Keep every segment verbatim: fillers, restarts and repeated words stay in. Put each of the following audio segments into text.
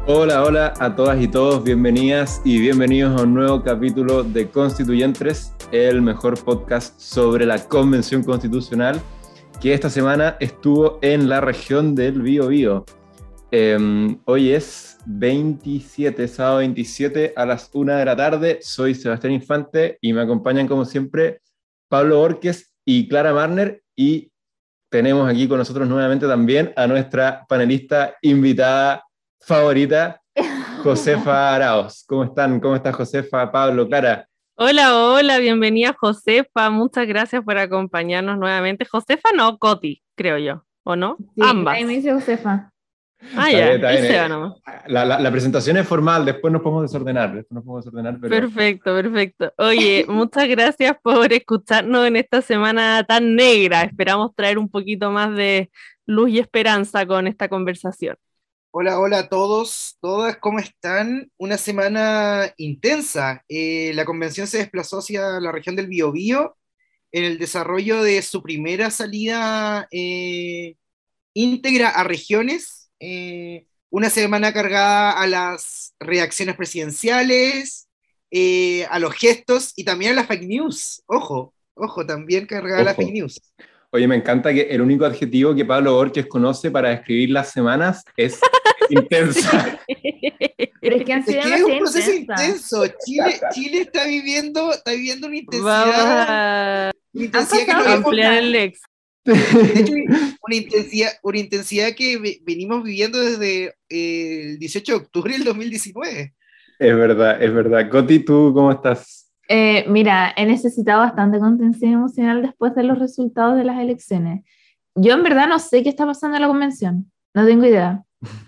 Hola, hola a todas y todos, bienvenidas y bienvenidos a un nuevo capítulo de Constituyentes, el mejor podcast sobre la Convención Constitucional que esta semana estuvo en la región del Biobío. Eh, hoy es veintisiete, sábado veintisiete a las una de la tarde. Soy Sebastián Infante y me acompañan como siempre Pablo Borges y Clara Marner, y tenemos aquí con nosotros nuevamente también a nuestra panelista invitada favorita, Josefa Araos. ¿Cómo están? ¿Cómo está Josefa, Pablo, Clara? Hola, hola, bienvenida Josefa, muchas gracias por acompañarnos nuevamente. Josefa no, Coti, creo yo, ¿o no? Sí, Ambas. ahí me dice Josefa. Ah, Está bien, ya, está el bien. Seba eh, nomás. La, la, la presentación es formal, después nos podemos desordenar, después nos podemos desordenar, pero Perfecto, perfecto. Oye, muchas gracias por escucharnos en esta semana tan negra. Esperamos traer un poquito más de luz y esperanza con esta conversación. Hola, hola a todos, todas, ¿cómo están? Una semana intensa. Eh, la convención se desplazó hacia la región del Biobío en el desarrollo de su primera salida eh, íntegra a regiones. Eh, una semana cargada a las reacciones presidenciales, eh, a los gestos y también a las fake news. Ojo, ojo, también cargada a las fake ojo. news. Oye, me encanta que el único adjetivo que Pablo Borges conoce para describir las semanas es intensa. Pero es que han Es sido que es un demasiado proceso intensas. intenso. Chile, Chile está viviendo, está viviendo una Vamos intensidad, a una Han intensidad que no pasado habíamos, ampliar cositas. el lex. de hecho, una intensidad, una intensidad que ve- venimos viviendo desde eh, el dieciocho de octubre del dos mil diecinueve. Es verdad, es verdad. Coti, ¿tú cómo estás? Eh, mira, he necesitado bastante contención emocional después de los resultados de las elecciones. Yo en verdad no sé qué está pasando en la convención, no tengo idea,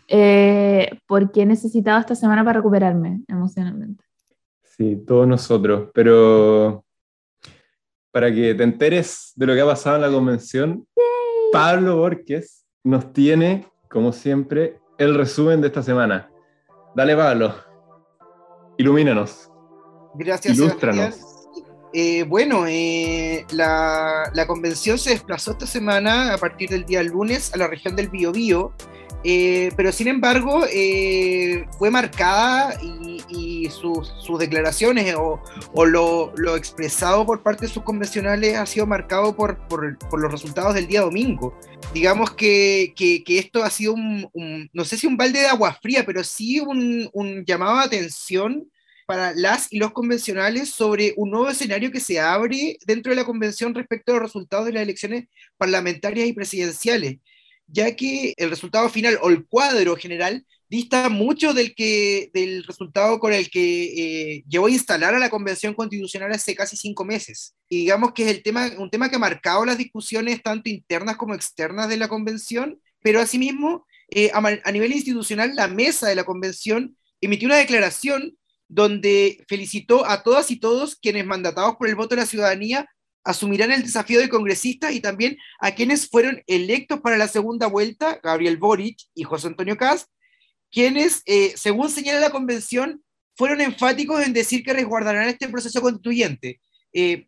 eh, porque he necesitado esta semana para recuperarme emocionalmente. Sí, todos nosotros, pero para que te enteres de lo que ha pasado en la convención, Pablo Borges nos tiene, como siempre, el resumen de esta semana. Dale, Pablo, ilumínanos, Gracias, Sebastián. ilústranos. Eh, bueno, eh, la, la convención se desplazó esta semana a partir del día lunes a la región del Biobío, eh, pero sin embargo eh, fue marcada y, y sus, sus declaraciones o, o lo, lo, expresado por parte de sus convencionales ha sido marcado por, por, por los resultados del día domingo. Digamos que, que, que esto ha sido un, un, no sé si un balde de agua fría, pero sí un, un llamado de atención para las y los convencionales sobre un nuevo escenario que se abre dentro de la convención respecto a los resultados de las elecciones parlamentarias y presidenciales, ya que el resultado final o el cuadro general dista mucho del, que, del resultado con el que eh, llevó a instalar a la convención constitucional hace casi cinco meses. Y digamos que es el tema, un tema que ha marcado las discusiones tanto internas como externas de la convención, pero asimismo, eh, a, a nivel institucional, la mesa de la convención emitió una declaración donde felicitó a todas y todos quienes, mandatados por el voto de la ciudadanía, asumirán el desafío de congresistas y también a quienes fueron electos para la segunda vuelta, Gabriel Boric y José Antonio Kast, quienes, eh, según señala la convención, fueron enfáticos en decir que resguardarán este proceso constituyente. Eh,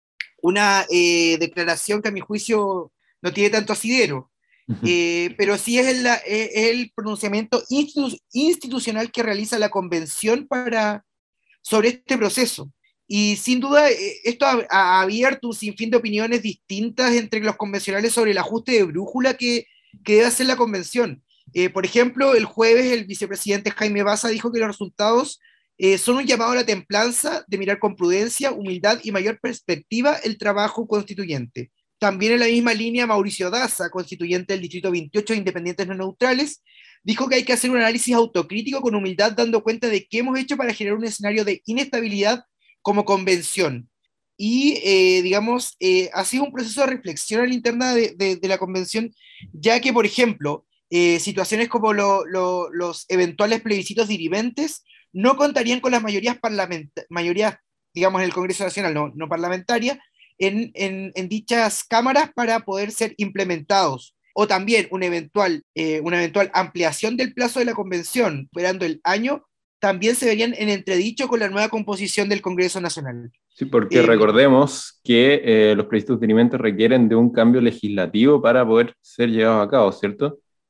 una eh, declaración que a mi juicio no tiene tanto asidero. Eh, pero sí es el, es el pronunciamiento institu institucional que realiza la convención para, sobre este proceso. Y sin duda, eh, esto ha, ha, abierto un sinfín de opiniones distintas entre los convencionales sobre el ajuste de brújula que, que debe hacer la convención. Eh, por ejemplo, el jueves el vicepresidente Jaime Baza dijo que los resultados eh, son un llamado a la templanza, de mirar con prudencia, humildad y mayor perspectiva el trabajo constituyente. También en la misma línea, Mauricio Daza, constituyente del Distrito veintiocho de Independientes No Neutrales, dijo que hay que hacer un análisis autocrítico con humildad, dando cuenta de qué hemos hecho para generar un escenario de inestabilidad como convención. Y, eh, digamos, eh, ha sido un proceso de reflexión a la interna de, de, de la convención, ya que, por ejemplo, eh, situaciones como lo, lo, los eventuales plebiscitos dirimentes no contarían con las mayorías, mayorías digamos, en el Congreso Nacional, no, no parlamentarias, En, en, en, dichas cámaras para poder ser implementados. O también una eventual, eh, una eventual ampliación del plazo de la convención, superando el año, también se verían en entredicho con la nueva composición del Congreso Nacional. Sí, porque Eh, recordemos que eh, los plebiscitos dirimentes requieren de un cambio legislativo para poder ser llevados a cabo, ¿cierto?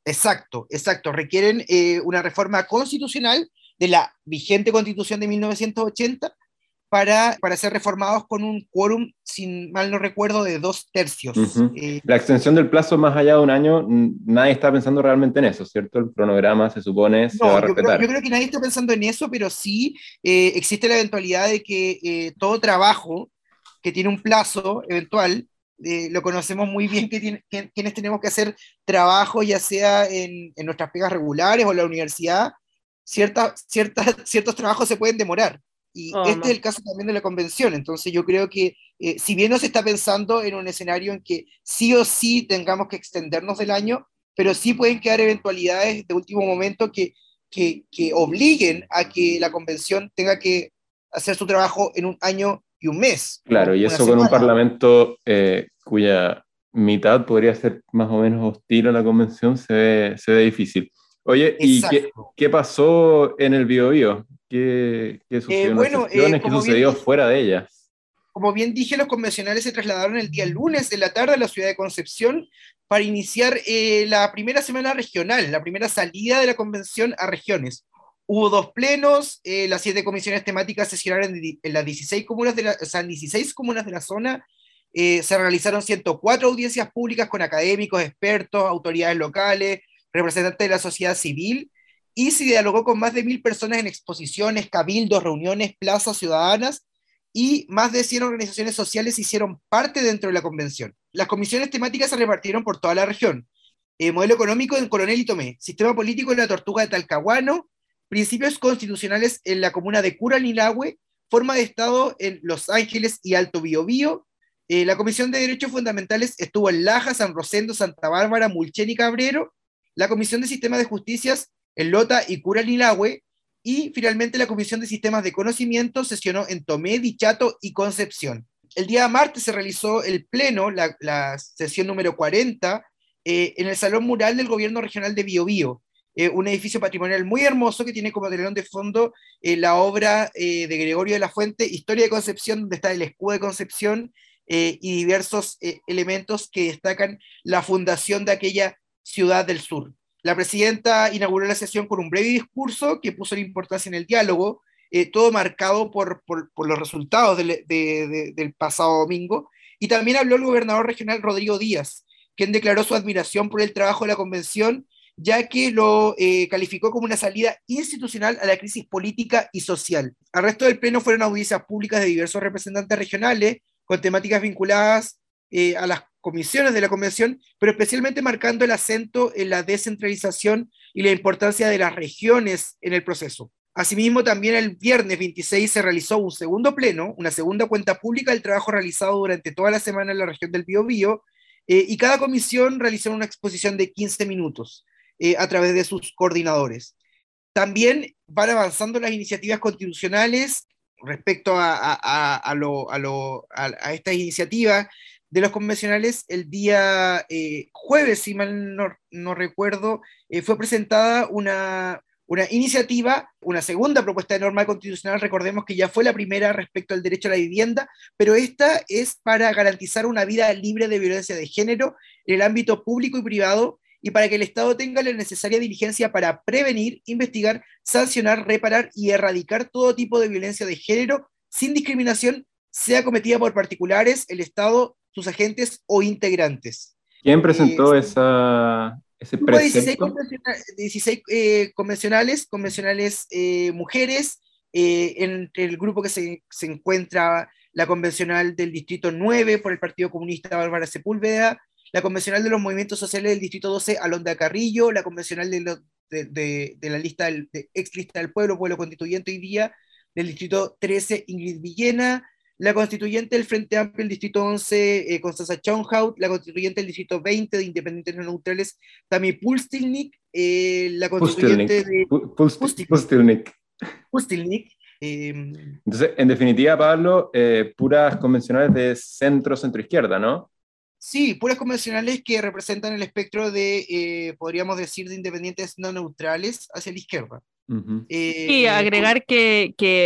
Exacto, exacto. Requieren eh, una reforma constitucional de la vigente Constitución de mil novecientos ochenta para, para ser reformados con un quórum, sin mal no recuerdo, de dos tercios. Uh-huh. Eh, la extensión del plazo más allá de un año, nadie está pensando realmente en eso, ¿cierto? El cronograma se supone se no, va a yo respetar. creo, yo creo que nadie está pensando en eso, pero sí eh, existe la eventualidad de que eh, todo trabajo que tiene un plazo eventual, eh, lo conocemos muy bien, que, tiene, que quienes tenemos que hacer trabajo, ya sea en, en nuestras pegas regulares o en la universidad, cierta, cierta, ciertos trabajos se pueden demorar. Y Oh, este es el caso también de la convención. Entonces yo creo que eh, si bien no se está pensando en un escenario en que sí o sí tengamos que extendernos del año, pero sí pueden quedar eventualidades de último momento que, que, que obliguen a que la convención tenga que hacer su trabajo en un año y un mes. Claro, y eso con un parlamento eh, cuya mitad podría ser más o menos hostil a la convención se ve, se ve difícil. Oye, ¿y qué, qué pasó en el Biobío? ¿Qué, qué sucedió eh, en bueno, las sesiones? eh, ¿Qué sucedió bien, fuera de ellas? Como bien dije, los convencionales se trasladaron el día lunes de la tarde a la ciudad de Concepción para iniciar eh, la primera semana regional, la primera salida de la convención a regiones. Hubo dos plenos, eh, las siete comisiones temáticas sesionaron en, en las dieciséis comunas de la, o sea, en dieciséis comunas de la zona. Eh, se realizaron ciento cuatro audiencias públicas con académicos, expertos, autoridades locales, representantes de la sociedad civil, y se dialogó con más de mil personas en exposiciones, cabildos, reuniones, plazas ciudadanas, y más de cien organizaciones sociales hicieron parte dentro de la convención. Las comisiones temáticas se repartieron por toda la región. Eh, modelo económico en Coronel y Tomé, sistema político en la Tortuga de Talcahuano, principios constitucionales en la comuna de Curanilahue, forma de Estado en Los Ángeles y Alto Biobío. Eh, la Comisión de Derechos Fundamentales estuvo en Laja, San Rosendo, Santa Bárbara, Mulchen y Cabrero. La Comisión de Sistemas de Justicias en Lota y Curanilahue. Y finalmente la Comisión de Sistemas de Conocimiento sesionó en Tomé, Dichato y Concepción. El día martes se realizó el pleno, la, la sesión número cuarenta, eh, en el Salón Mural del Gobierno Regional de Biobío, eh, un edificio patrimonial muy hermoso que tiene como telón de fondo eh, la obra eh, de Gregorio de la Fuente, Historia de Concepción, donde está el escudo de Concepción eh, y diversos eh, elementos que destacan la fundación de aquella ciudad del sur. La presidenta inauguró la sesión con un breve discurso que puso la importancia en el diálogo, eh, todo marcado por, por, por los resultados del, de, de, del pasado domingo, y también habló el gobernador regional Rodrigo Díaz, quien declaró su admiración por el trabajo de la convención, ya que lo eh, calificó como una salida institucional a la crisis política y social. Al resto del pleno fueron audiencias públicas de diversos representantes regionales, con temáticas vinculadas eh, a las comisiones de la convención, pero especialmente marcando el acento en la descentralización y la importancia de las regiones en el proceso. Asimismo, también el viernes veintiséis se realizó un segundo pleno, una segunda cuenta pública del trabajo realizado durante toda la semana en la región del Biobío, eh, y cada comisión realizó una exposición de quince minutos eh, a través de sus coordinadores. También van avanzando las iniciativas constitucionales respecto a, a, a, a, lo, a, lo, a, a estas iniciativas de los convencionales. El día eh, jueves, si mal no, no recuerdo, eh, fue presentada una, una iniciativa, una segunda propuesta de norma constitucional. Recordemos que ya fue la primera respecto al derecho a la vivienda, pero esta es para garantizar una vida libre de violencia de género en el ámbito público y privado, y para que el Estado tenga la necesaria diligencia para prevenir, investigar, sancionar, reparar y erradicar todo tipo de violencia de género sin discriminación, sea cometida por particulares, el Estado, sus agentes o integrantes. ¿Quién presentó eh, esa, ese precepto? dieciséis, dieciséis eh, convencionales, convencionales eh, mujeres, eh, entre el grupo que se, se encuentra la convencional del Distrito nueve por el Partido Comunista Bárbara Sepúlveda, la convencional de los movimientos sociales del Distrito doce, Alondra Carrillo, la convencional de, lo, de, de, de la lista del, de ex lista del pueblo, pueblo constituyente hoy día, del Distrito trece, Ingrid Villena, la constituyente del Frente Amplio del Distrito once, eh, Constanza Schoenhout, la constituyente del Distrito veinte de Independientes No Neutrales, Tami Pustilnik, eh, la constituyente Pustilnik. de... Pustilnik. Pustilnik. Pustilnik. Eh, Entonces, en definitiva, Pablo, eh, puras convencionales de centro-centro-izquierda, ¿no? Sí, puras convencionales que representan el espectro de, eh, podríamos decir, de independientes no neutrales hacia la izquierda. Uh-huh. Eh, y agregar que, que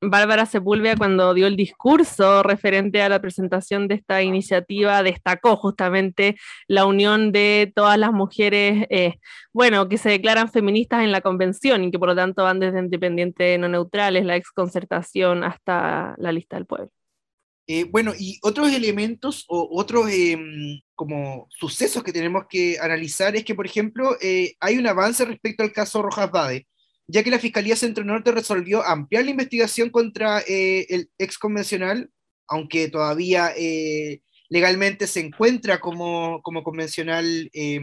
Bárbara Sepúlveda, cuando dio el discurso referente a la presentación de esta iniciativa, destacó justamente la unión de todas las mujeres, eh, bueno, que se declaran feministas en la convención y que por lo tanto van desde independientes no neutrales, la exconcertación, hasta la lista del pueblo. Eh, bueno, y otros elementos o otros eh, como sucesos que tenemos que analizar es que, por ejemplo, eh, hay un avance respecto al caso Rojas Bade, ya que la Fiscalía Centro Norte resolvió ampliar la investigación contra eh, el ex convencional, aunque todavía eh, legalmente se encuentra como, como convencional eh,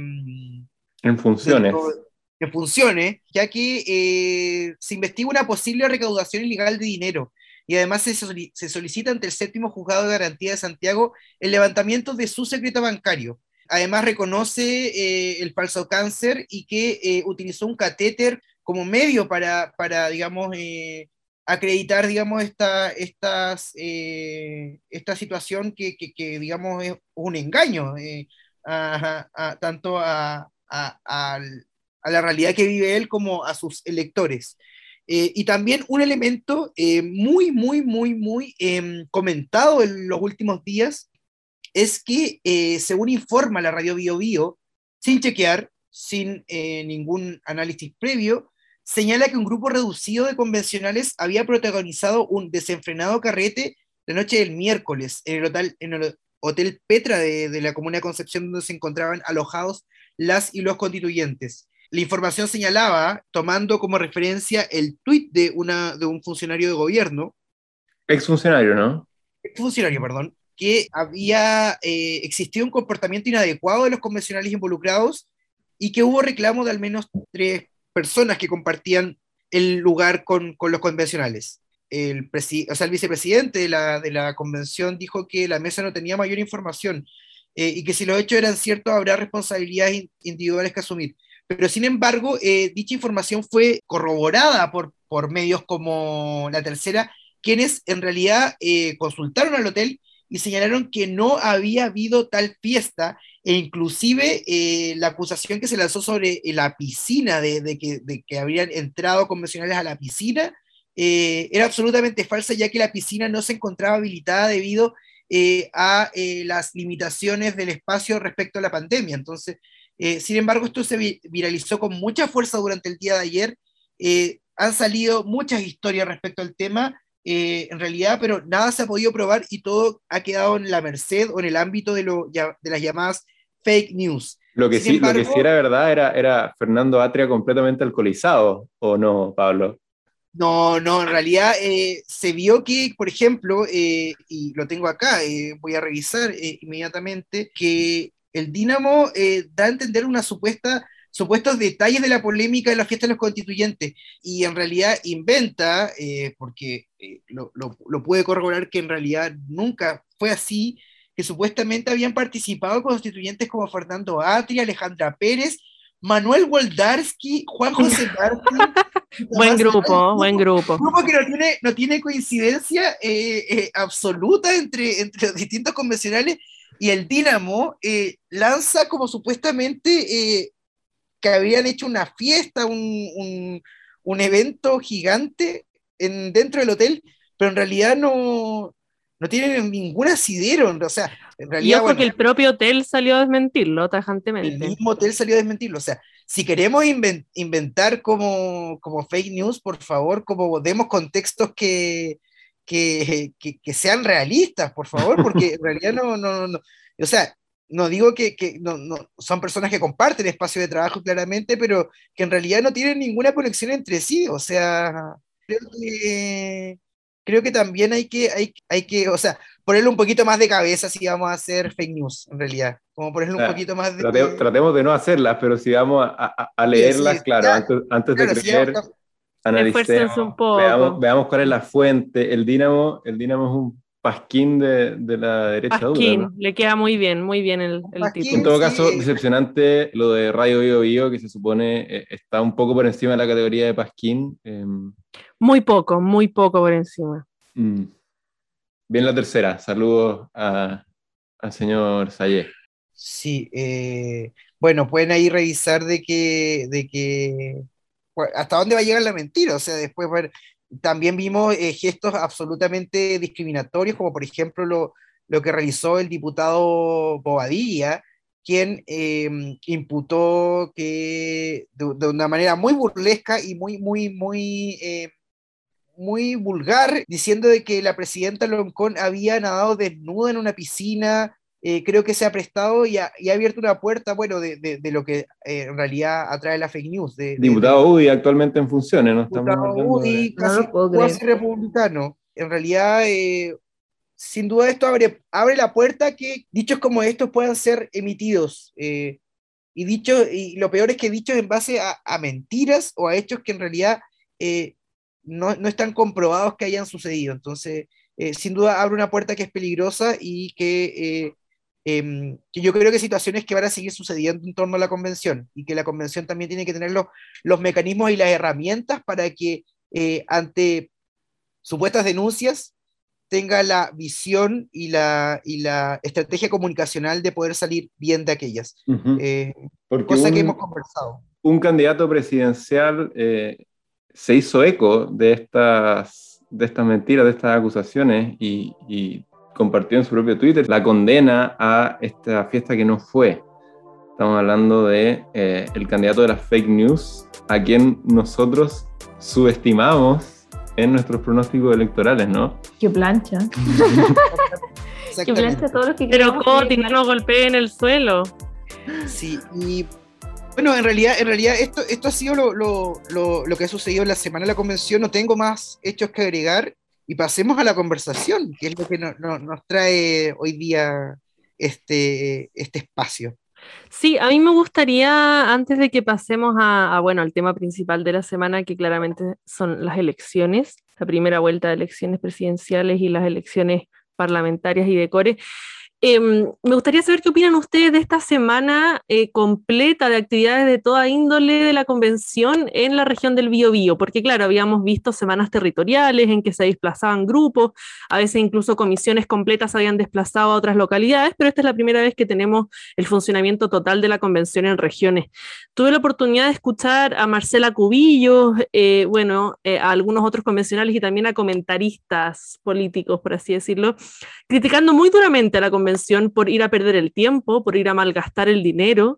en funciones. dentro, en funciones, ya que eh, se investiga una posible recaudación ilegal de dinero. Y además se, solic se solicita ante el séptimo juzgado de garantía de Santiago el levantamiento de su secreto bancario. Además reconoce eh, el falso cáncer y que eh, utilizó un catéter como medio para, para digamos, eh, acreditar, digamos, esta, estas, eh, esta situación que, que, que, digamos, es un engaño, eh, a, a, tanto a, a, a, a la realidad que vive él como a sus electores. Eh, y también un elemento eh, muy, muy, muy, muy eh, comentado en los últimos días es que, eh, según informa la radio Bio Bio, sin chequear, sin eh, ningún análisis previo, señala que un grupo reducido de convencionales había protagonizado un desenfrenado carrete la noche del miércoles en el hotel, en el hotel Petra de, de la comuna de Concepción, donde se encontraban alojados las y los constituyentes. La información señalaba, tomando como referencia el tuit de, una, de un funcionario de gobierno. Exfuncionario, ¿no? Exfuncionario, perdón. Que había eh, existido un comportamiento inadecuado de los convencionales involucrados y que hubo reclamo de al menos tres personas que compartían el lugar con, con los convencionales. El, o sea, el vicepresidente de la, de la convención dijo que la mesa no tenía mayor información eh, y que si los hechos eran ciertos habrá responsabilidades individuales que asumir. Pero sin embargo, eh, dicha información fue corroborada por, por medios como La Tercera, quienes en realidad eh, consultaron al hotel y señalaron que no había habido tal fiesta, e inclusive eh, la acusación que se lanzó sobre eh, la piscina, de, de, que, de que habrían entrado convencionales a la piscina, eh, era absolutamente falsa, ya que la piscina no se encontraba habilitada debido eh, a eh, las limitaciones del espacio respecto a la pandemia. Entonces, Eh, sin embargo, esto se vi viralizó con mucha fuerza durante el día de ayer. Eh, han salido muchas historias respecto al tema, eh, en realidad, pero nada se ha podido probar y todo ha quedado en la merced o en el ámbito de, lo, de las llamadas fake news. Lo que, sí, embargo, lo que sí era verdad era, era Fernando Atria completamente alcoholizado, ¿o no, Pablo? No, no, en realidad eh, se vio que, por ejemplo, eh, y lo tengo acá, eh, voy a revisar eh, inmediatamente, que el Dínamo eh, da a entender una supuesta, supuestos detalles de la polémica de la fiesta de los constituyentes, y en realidad inventa, eh, porque eh, lo, lo, lo puede corroborar que en realidad nunca fue así, que supuestamente habían participado constituyentes como Fernando Atria, Alejandra Pérez, Manuel Woldarski, Juan José Martín. Buen grupo, buen grupo. Un grupo que no tiene, no tiene coincidencia eh, eh, absoluta entre, entre los distintos convencionales, y el Dínamo eh, lanza como supuestamente eh, que habían hecho una fiesta, un, un, un evento gigante en, dentro del hotel, pero en realidad no, no tienen ningún asidero. O sea, en realidad, y ojo, bueno, que el bueno, propio hotel salió a desmentirlo tajantemente. El mismo hotel salió a desmentirlo. O sea, si queremos invent, inventar como, como fake news, por favor, como demos contextos que, que, que, que sean realistas, por favor, porque en realidad no, no, no, no. O sea, no digo que, que no, no, son personas que comparten espacio de trabajo claramente, pero que en realidad no tienen ninguna conexión entre sí. O sea, creo que, creo que también hay que, hay, hay que, o sea, ponerle un poquito más de cabeza si vamos a hacer fake news, en realidad. Como ponerle un ah, poquito más de... Trate, tratemos de no hacerlas, pero si vamos a, a, a leerlas, sí, sí, claro, ya, antes, antes claro, de creer, si analicemos, un poco. Veamos, veamos cuál es la fuente. El Dínamo, el Dínamo es un pasquín de, de la derecha pasquín, dura, ¿no? Le queda muy bien, muy bien el, el pasquín, título. En todo sí. caso, decepcionante lo de Radio Bio Bio, que se supone eh, está un poco por encima de la categoría de pasquín. Eh, muy poco, muy poco por encima. Mm. Bien la tercera, saludos a, al señor Sayé. Sí, eh, bueno, pueden ahí revisar de que, de que hasta dónde va a llegar la mentira, o sea, después, bueno, también vimos eh, gestos absolutamente discriminatorios, como por ejemplo lo, lo que realizó el diputado Bobadilla, quien eh, imputó que de, de, una manera muy burlesca y muy, muy, muy, eh, muy vulgar, diciendo de que la presidenta Loncón había nadado desnuda en una piscina. Eh, creo que se ha prestado y ha, y ha abierto una puerta, bueno, de, de, de lo que eh, en realidad atrae la fake news. De, de, Diputado de, U D I actualmente en funciones, ¿no? Estamos diputado hablando U D I, de... No casi lo puedo cuasi creer. republicano. En realidad, eh, sin duda esto abre, abre la puerta a que dichos como estos puedan ser emitidos. Eh, y, dichos, y lo peor es que dichos en base a, a mentiras o a hechos que en realidad eh, no, no están comprobados que hayan sucedido. Entonces, eh, sin duda abre una puerta que es peligrosa y que, eh, eh, que yo creo que situaciones que van a seguir sucediendo en torno a la convención y que la convención también tiene que tener los, los mecanismos y las herramientas para que eh, ante supuestas denuncias tenga la visión y la, y la estrategia comunicacional de poder salir bien de aquellas. Uh-huh. Eh, Porque cosa un, que hemos conversado. Un candidato presidencial eh, se hizo eco de estas, de estas mentiras, de estas acusaciones y, y compartió en su propio Twitter la condena a esta fiesta que no fue. Estamos hablando de eh, el candidato de las fake news, a quien nosotros subestimamos en nuestros pronósticos electorales, ¿no? ¡Qué plancha! ¡Qué plancha todo lo que Pero Coti, no nos golpee en el suelo. Sí, y bueno, en realidad, en realidad esto, esto ha sido lo, lo, lo, lo que ha sucedido en la semana de la convención. No tengo más hechos que agregar y pasemos a la conversación, que es lo que no, no, nos trae hoy día este, este espacio. Sí, a mí me gustaría, antes de que pasemos a, a, bueno, al tema principal de la semana, que claramente son las elecciones, la primera vuelta de elecciones presidenciales y las elecciones parlamentarias y de core, eh, me gustaría saber qué opinan ustedes de esta semana eh, completa de actividades de toda índole de la convención en la región del Biobío, porque claro, habíamos visto semanas territoriales en que se desplazaban grupos, a veces incluso comisiones completas se habían desplazado a otras localidades, pero esta es la primera vez que tenemos el funcionamiento total de la convención en regiones. Tuve la oportunidad de escuchar a Marcela Cubillos, eh, bueno, eh, a algunos otros convencionales y también a comentaristas políticos, por así decirlo, criticando muy duramente a la convención por ir a perder el tiempo, por ir a malgastar el dinero,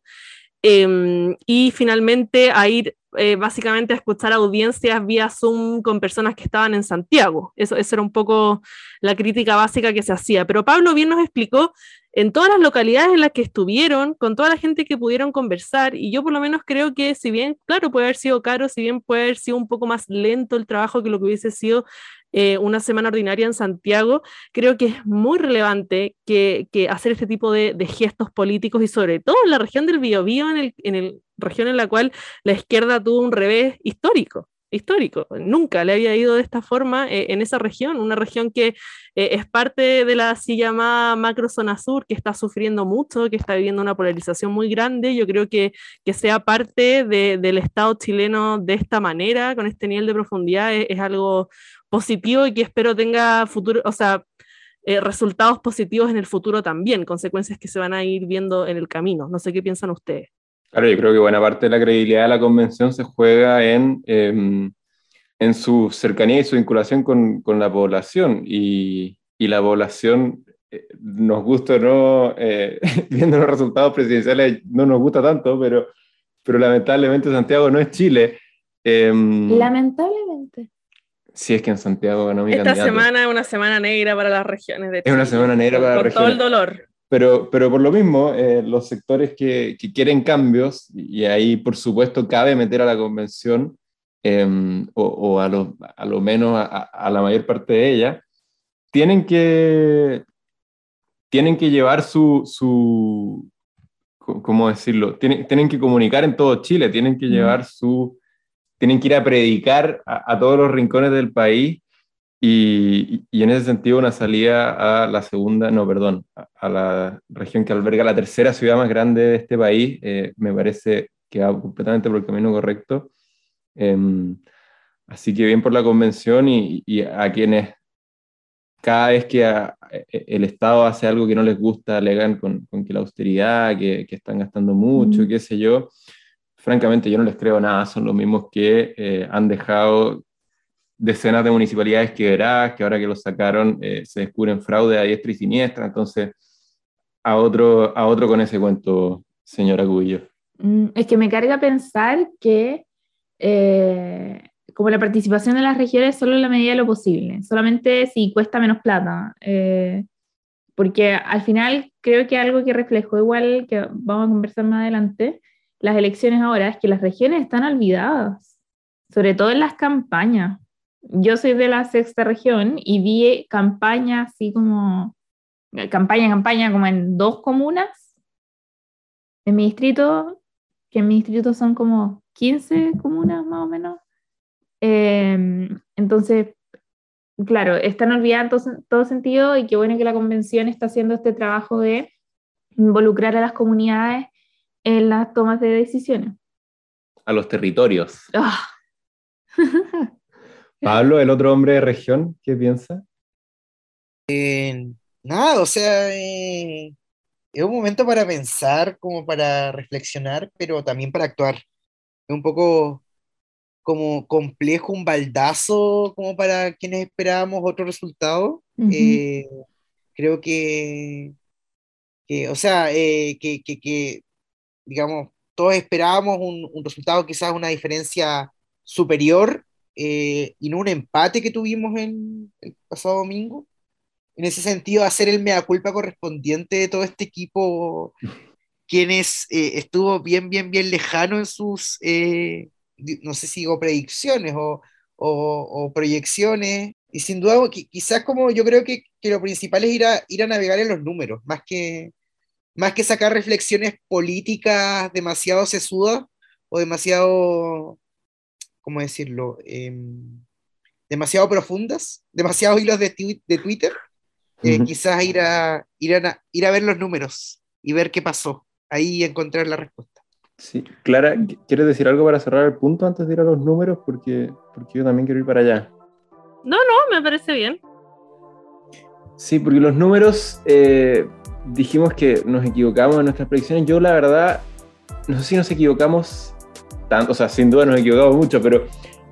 eh, y finalmente a ir eh, básicamente a escuchar audiencias vía Zoom con personas que estaban en Santiago. Eso, eso era un poco la crítica básica que se hacía. Pero Pablo bien nos explicó en todas las localidades en las que estuvieron, con toda la gente que pudieron conversar, y yo por lo menos creo que si bien, claro, puede haber sido caro, si bien puede haber sido un poco más lento el trabajo que lo que hubiese sido eh, una semana ordinaria en Santiago, creo que es muy relevante que, que hacer este tipo de, de gestos políticos y sobre todo en la región del Biobío, en el, en el región en la cual la izquierda tuvo un revés histórico. histórico, nunca le había ido de esta forma eh, en esa región, una región que eh, es parte de la así llamada macrozona sur, que está sufriendo mucho, que está viviendo una polarización muy grande. Yo creo que, que sea parte de, del Estado chileno de esta manera, con este nivel de profundidad, es, es algo positivo y que espero tenga futuro, o sea, eh, resultados positivos en el futuro también, consecuencias que se van a ir viendo en el camino. No sé qué piensan ustedes. Claro, yo creo que buena parte de la credibilidad de la convención se juega en, eh, en su cercanía y su vinculación con, con la población, y, y la población, eh, nos gusta o no, eh, viendo los resultados presidenciales, no nos gusta tanto, pero, pero lamentablemente Santiago no es Chile. Eh, lamentablemente. Sí, es que en Santiago ganó mi Esta candidato. semana es una semana negra para las regiones de Chile. Es una semana negra para las regiones. Con todo el dolor. Pero, pero por lo mismo, eh, los sectores que, que quieren cambios, y ahí por supuesto cabe meter a la convención, eh, o, o a, lo, a lo menos a, a la mayor parte de ella, tienen que, tienen que llevar su, su ¿cómo decirlo? Tienen, tienen que comunicar en todo Chile, tienen que llevar su, tienen que ir a predicar a, a todos los rincones del país. Y, y en ese sentido una salida a la segunda, no, perdón, a, a la región que alberga la tercera ciudad más grande de este país, eh, me parece que va completamente por el camino correcto. Eh, así que bien por la convención, y, y a quienes cada vez que a, el Estado hace algo que no les gusta, alegan con, con que la austeridad, que, que están gastando mucho, mm. qué sé yo. Francamente yo no les creo nada, son los mismos que eh, han dejado decenas de municipalidades quebradas, que ahora que los sacaron eh, se descubren fraude a diestra y siniestra, entonces a otro, a otro con ese cuento, señora Cubillo. Mm, Es que me carga pensar que eh, como la participación de las regiones solo en la medida de lo posible, solamente si cuesta menos plata, eh, porque al final creo que algo que reflejó igual, que vamos a conversar más adelante, las elecciones ahora, es que las regiones están olvidadas, sobre todo en las campañas. Yo soy de la sexta región y vi campañas así como, campaña, campaña, como en dos comunas en mi distrito, que en mi distrito son como quince comunas más o menos. Eh, entonces, claro, están olvidadas en todo, todo sentido y qué bueno que la convención está haciendo este trabajo de involucrar a las comunidades en las tomas de decisiones. A los territorios. Ah. Pablo, el otro hombre de región, ¿qué piensa? Nada, o sea, eh, es un momento para pensar, como para reflexionar, pero también para actuar. Es un poco como complejo, un baldazo, como para quienes esperábamos otro resultado. Ujú. Eh, creo que, que, o sea, eh, que, que, que, digamos, todos esperábamos un, un resultado, quizás una diferencia superior, eh, y no un empate que tuvimos en el pasado domingo. En ese sentido, hacer el mea culpa correspondiente de todo este equipo, quienes eh, estuvo bien, bien, bien lejano en sus, eh, di- no sé si digo predicciones o, o- o proyecciones, y sin duda, qui- quizás como yo creo que, que lo principal es ir a, ir a navegar en los números, más que, más que sacar reflexiones políticas demasiado sesudas o demasiado, ¿cómo decirlo? Em, demasiado profundas, demasiados hilos de, twi- de Twitter. Eh, quizás ir a, ir, a, ir a ver los números y ver qué pasó, ahí encontrar la respuesta. Sí, Clara, ¿quieres decir algo para cerrar el punto antes de ir a los números? Porque, porque yo también quiero ir para allá. No, no, me parece bien. Sí, porque los números, eh, dijimos que nos equivocamos en nuestras predicciones. Yo, la verdad, no sé si nos equivocamos tanto, o sea, sin duda nos equivocamos mucho, pero,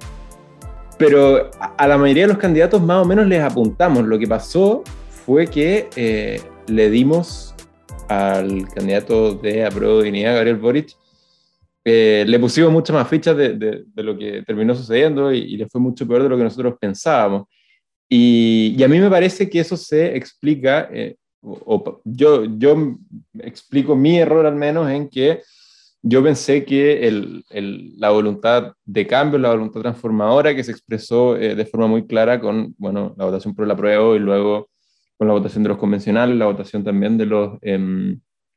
pero a, a la mayoría de los candidatos más o menos les apuntamos. Lo que pasó fue que eh, le dimos al candidato de Apruebo Dignidad, Gabriel Boric, eh, le pusimos muchas más fichas de, de, de lo que terminó sucediendo y, y le fue mucho peor de lo que nosotros pensábamos. Y, y a mí me parece que eso se explica, eh, o, o yo, yo explico mi error al menos en que yo pensé que el, el, la voluntad de cambio, la voluntad transformadora que se expresó eh, de forma muy clara con, bueno, la votación por el apruebo y luego con la votación de los convencionales, la votación también de los eh,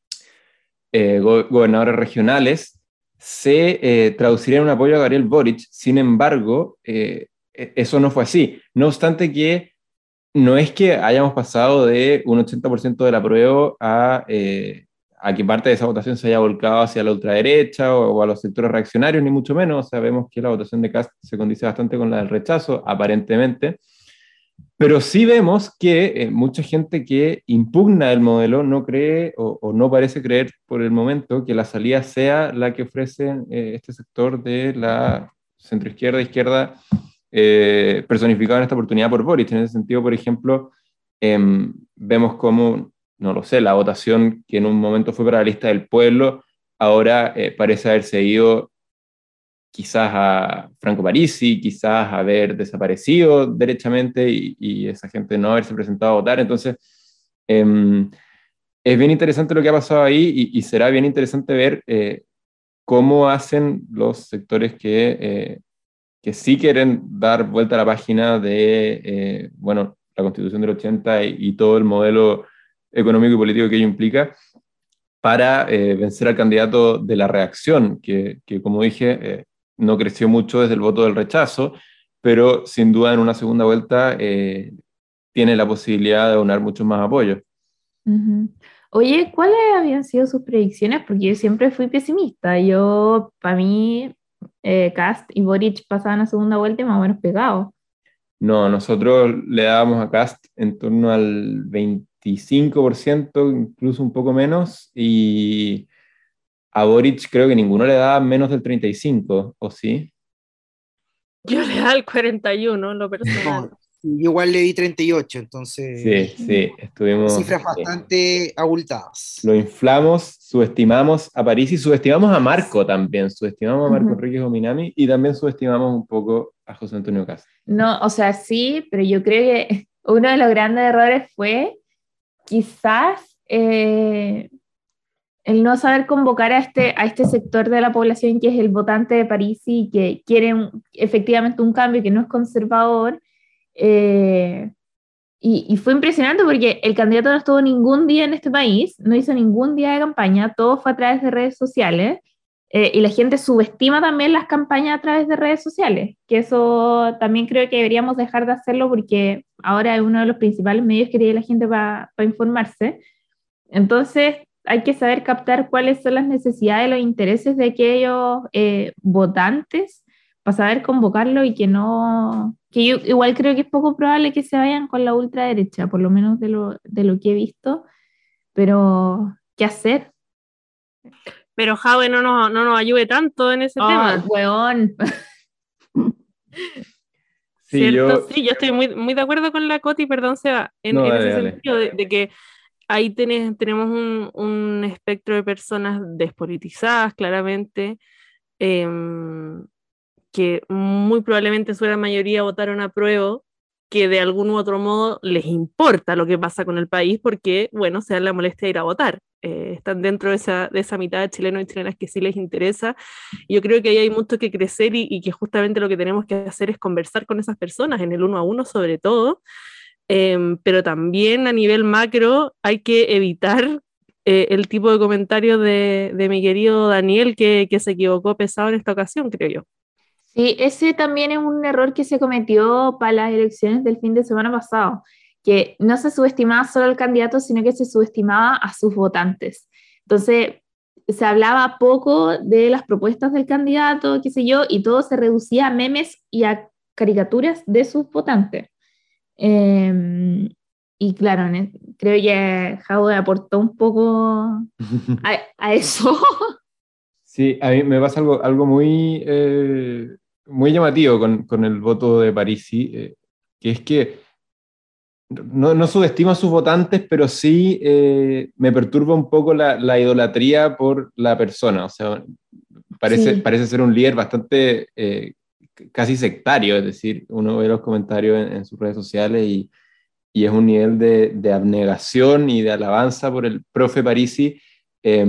eh, go gobernadores regionales, se eh, traduciría en un apoyo a Gabriel Boric. Sin embargo, eh, eso no fue así. No obstante que no es que hayamos pasado de un ochenta por ciento del apruebo a, eh, a que parte de esa votación se haya volcado hacia la ultraderecha o, o a los sectores reaccionarios, ni mucho menos. Sabemos que la votación de Kast se condice bastante con la del rechazo, aparentemente. Pero sí vemos que eh, mucha gente que impugna el modelo no cree o, o, no parece creer por el momento que la salida sea la que ofrece eh, este sector de la centroizquierda, izquierda, eh, personificado en esta oportunidad por Boric. En ese sentido, por ejemplo, eh, vemos como, no lo sé, la votación que en un momento fue para la lista del pueblo, ahora eh, parece haberse ido quizás a Franco Parisi, quizás haber desaparecido derechamente y, y esa gente no haberse presentado a votar. Entonces, eh, es bien interesante lo que ha pasado ahí y, y será bien interesante ver eh, cómo hacen los sectores que, eh, que sí quieren dar vuelta a la página de, eh, bueno, la Constitución del ochenta y, y todo el modelo económico y político que ello implica para eh, vencer al candidato de la reacción, que, que como dije, eh, no creció mucho desde el voto del rechazo, pero sin duda en una segunda vuelta eh, tiene la posibilidad de aunar muchos más apoyos. Ujú. Oye, ¿cuáles habían sido sus predicciones? Porque yo siempre fui pesimista. Yo, para mí, eh, Kast y Boric pasaban a segunda vuelta y más o menos pegados. No, nosotros le dábamos a Kast en torno al veinticinco por ciento, incluso un poco menos, y a Boric creo que ninguno le daba menos del treinta y cinco por ciento, ¿o sí? Yo le da el cuarenta y uno, lo personal. No, yo igual le di treinta y ocho, entonces Sí, sí, estuvimos... cifras eh, bastante abultadas. lo inflamos, subestimamos a París y subestimamos a Marco también, subestimamos a Marco Ujú. Enríquez Ominami y también subestimamos un poco a José Antonio Cast. No, o sea, sí, pero yo creo que uno de los grandes errores fue quizás eh, el no saber convocar a este, a este sector de la población que es el votante de París y que quiere un- efectivamente un cambio que no es conservador. eh, y, y fue impresionante porque el candidato no estuvo ningún día en este país, no hizo ningún día de campaña, todo fue a través de redes sociales. Eh, y la gente subestima también las campañas a través de redes sociales, que eso también creo que deberíamos dejar de hacerlo porque ahora es uno de los principales medios que tiene la gente para informarse. Entonces hay que saber captar cuáles son las necesidades, los intereses de aquellos eh, votantes para saber convocarlo y que no, que yo igual creo que es poco probable que se vayan con la ultraderecha, por lo menos de lo, de lo que he visto, pero ¿qué hacer? Pero Jave no nos, no nos ayude tanto en ese ¡Oh, tema, weón! Sí, ¿cierto? yo... Sí, yo estoy muy, muy de acuerdo con la Coti, perdón, Seba, en, No, en dale, ese dale. sentido, de, de que ahí tenés, tenemos un, un espectro de personas despolitizadas, claramente, em, que muy probablemente su gran mayoría votaron a prueba, que de algún u otro modo les importa lo que pasa con el país porque, bueno, se dan la molestia de ir a votar. Eh, están dentro de esa, de esa mitad de chilenos y chilenas que sí les interesa. Y yo creo que ahí hay mucho que crecer y, y que justamente lo que tenemos que hacer es conversar con esas personas, en el uno a uno sobre todo, eh, pero también a nivel macro hay que evitar eh, el tipo de comentarios de, de mi querido Daniel que, que se equivocó pesado en esta ocasión, creo yo. Sí, ese también es un error que se cometió para las elecciones del fin de semana pasado, que no se subestimaba solo al candidato, sino que se subestimaba a sus votantes. Entonces, se hablaba poco de las propuestas del candidato, qué sé yo, y todo se reducía a memes y a caricaturas de sus votantes. Eh, y claro, ne- creo que Jaude aportó un poco a, a eso. Sí, a mí me pasa algo, algo muy, eh, muy llamativo con, con el voto de Parisi, eh, que es que no, no subestimo a sus votantes, pero sí eh, me perturba un poco la, la idolatría por la persona. O sea, parece, Sí. parece ser un líder bastante eh, casi sectario, es decir, uno ve los comentarios en, en sus redes sociales y, y es un nivel de, de abnegación y de alabanza por el profe Parisi. Eh,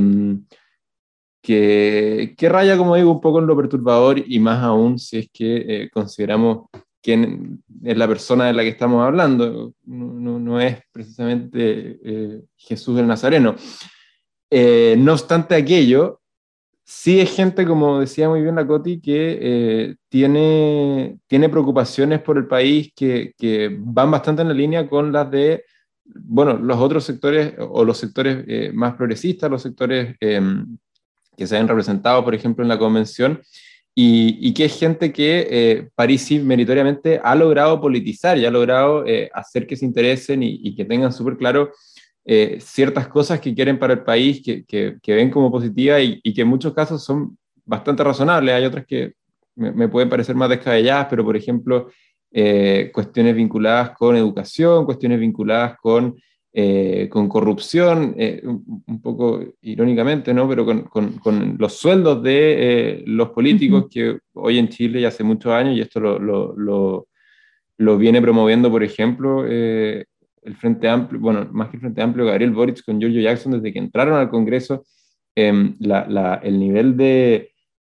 que, que raya, como digo, un poco en lo perturbador y más aún si es que eh, consideramos quién es la persona de la que estamos hablando. No, no, no es precisamente eh, Jesús el Nazareno. Eh, no obstante aquello, sí es gente, como decía muy bien la Coti, que eh, tiene, tiene preocupaciones por el país que, que van bastante en la línea con las de, bueno, los otros sectores o los sectores eh, más progresistas, los sectores eh, que se ven representados, por ejemplo, en la convención, y, y que es gente que eh, Parisi meritoriamente ha logrado politizar y ha logrado eh, hacer que se interesen y, y que tengan súper claro eh, ciertas cosas que quieren para el país, que, que, que ven como positivas y, y que en muchos casos son bastante razonables. Hay otras que me, me pueden parecer más descabelladas, pero por ejemplo, eh, cuestiones vinculadas con educación, cuestiones vinculadas con eh, con corrupción, eh, un, un poco irónicamente, ¿no? Pero con, con, con los sueldos de eh, los políticos Ujú. que hoy en Chile ya hace muchos años, y esto lo, lo, lo, lo viene promoviendo, por ejemplo, eh, el Frente Amplio, bueno, más que el Frente Amplio, Gabriel Boric con Giorgio Jackson, desde que entraron al Congreso, eh, la, la, el nivel de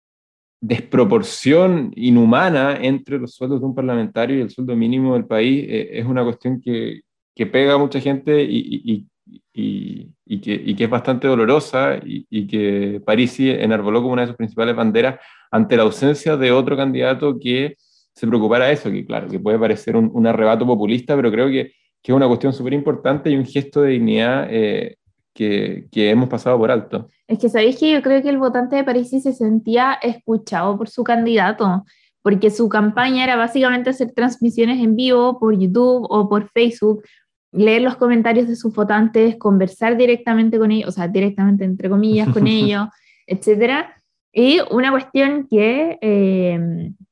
desproporción inhumana entre los sueldos de un parlamentario y el sueldo mínimo del país eh, es una cuestión que, que pega a mucha gente y, y, y, y, que, y que es bastante dolorosa y, y que Parisi enarboló como una de sus principales banderas ante la ausencia de otro candidato que se preocupara de eso, que claro, que puede parecer un, un arrebato populista, pero creo que, que es una cuestión súper importante y un gesto de dignidad eh, que, que hemos pasado por alto. Es que sabéis que yo creo que el votante de Parisi se sentía escuchado por su candidato, porque su campaña era básicamente hacer transmisiones en vivo por YouTube o por Facebook, leer los comentarios de sus votantes, conversar directamente con ellos, o sea, directamente entre comillas con ellos, etcétera. Y una cuestión que, eh,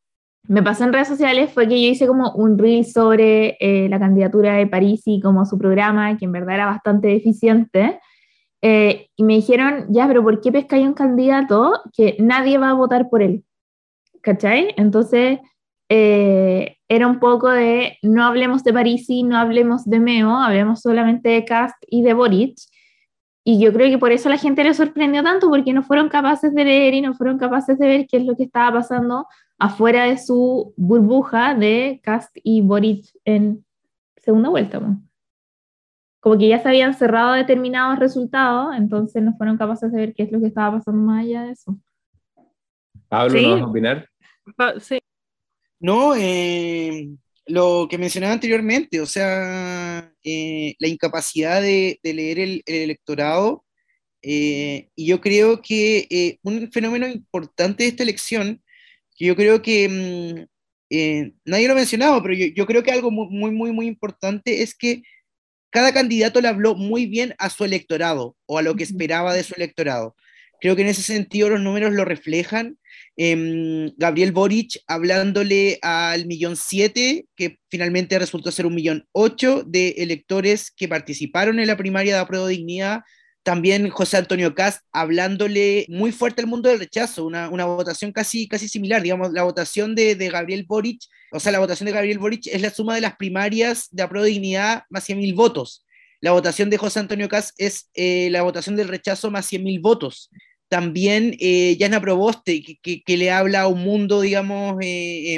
me pasó en redes sociales fue que yo hice como un reel sobre eh, la candidatura de Parisi como su programa, que en verdad era bastante deficiente, eh, y me dijeron, ya, pero ¿por qué pescáis un candidato que nadie va a votar por él? ¿Cachai? Entonces, eh, era un poco de, no hablemos de Parisi, no hablemos de Meo, hablemos solamente de Kast y de Boric, y yo creo que por eso la gente le sorprendió tanto, porque no fueron capaces de leer y no fueron capaces de ver qué es lo que estaba pasando afuera de su burbuja de Kast y Boric en segunda vuelta, ¿no? Como que ya se habían cerrado determinados resultados, entonces no fueron capaces de ver qué es lo que estaba pasando más allá de eso. Pablo, ¿no Sí, vas a opinar? pa- sí. No, eh, lo que mencionaba anteriormente, o sea, eh, la incapacidad de, de leer el, el electorado, eh, y yo creo que eh, un fenómeno importante de esta elección, que yo creo que mm, eh, nadie lo ha mencionado, pero yo, yo creo que algo mu- muy, muy, muy importante es que cada candidato le habló muy bien a su electorado o a lo que esperaba de su electorado. Creo que en ese sentido los números lo reflejan. Eh, Gabriel Boric hablándole al millón siete, que finalmente resultó ser un millón ocho de electores que participaron en la primaria de Apruebo Dignidad. También José Antonio Kast hablándole muy fuerte al mundo del rechazo, una, una votación casi, casi similar, digamos, la votación de, de Gabriel Boric, o sea, la votación de Gabriel Boric es la suma de las primarias de Apruebo Dignidad más cien mil votos. La votación de José Antonio Kast es eh, la votación del rechazo más cien mil votos. También eh, Yana Proboste, que, que, que, le habla a un mundo, digamos, eh, eh,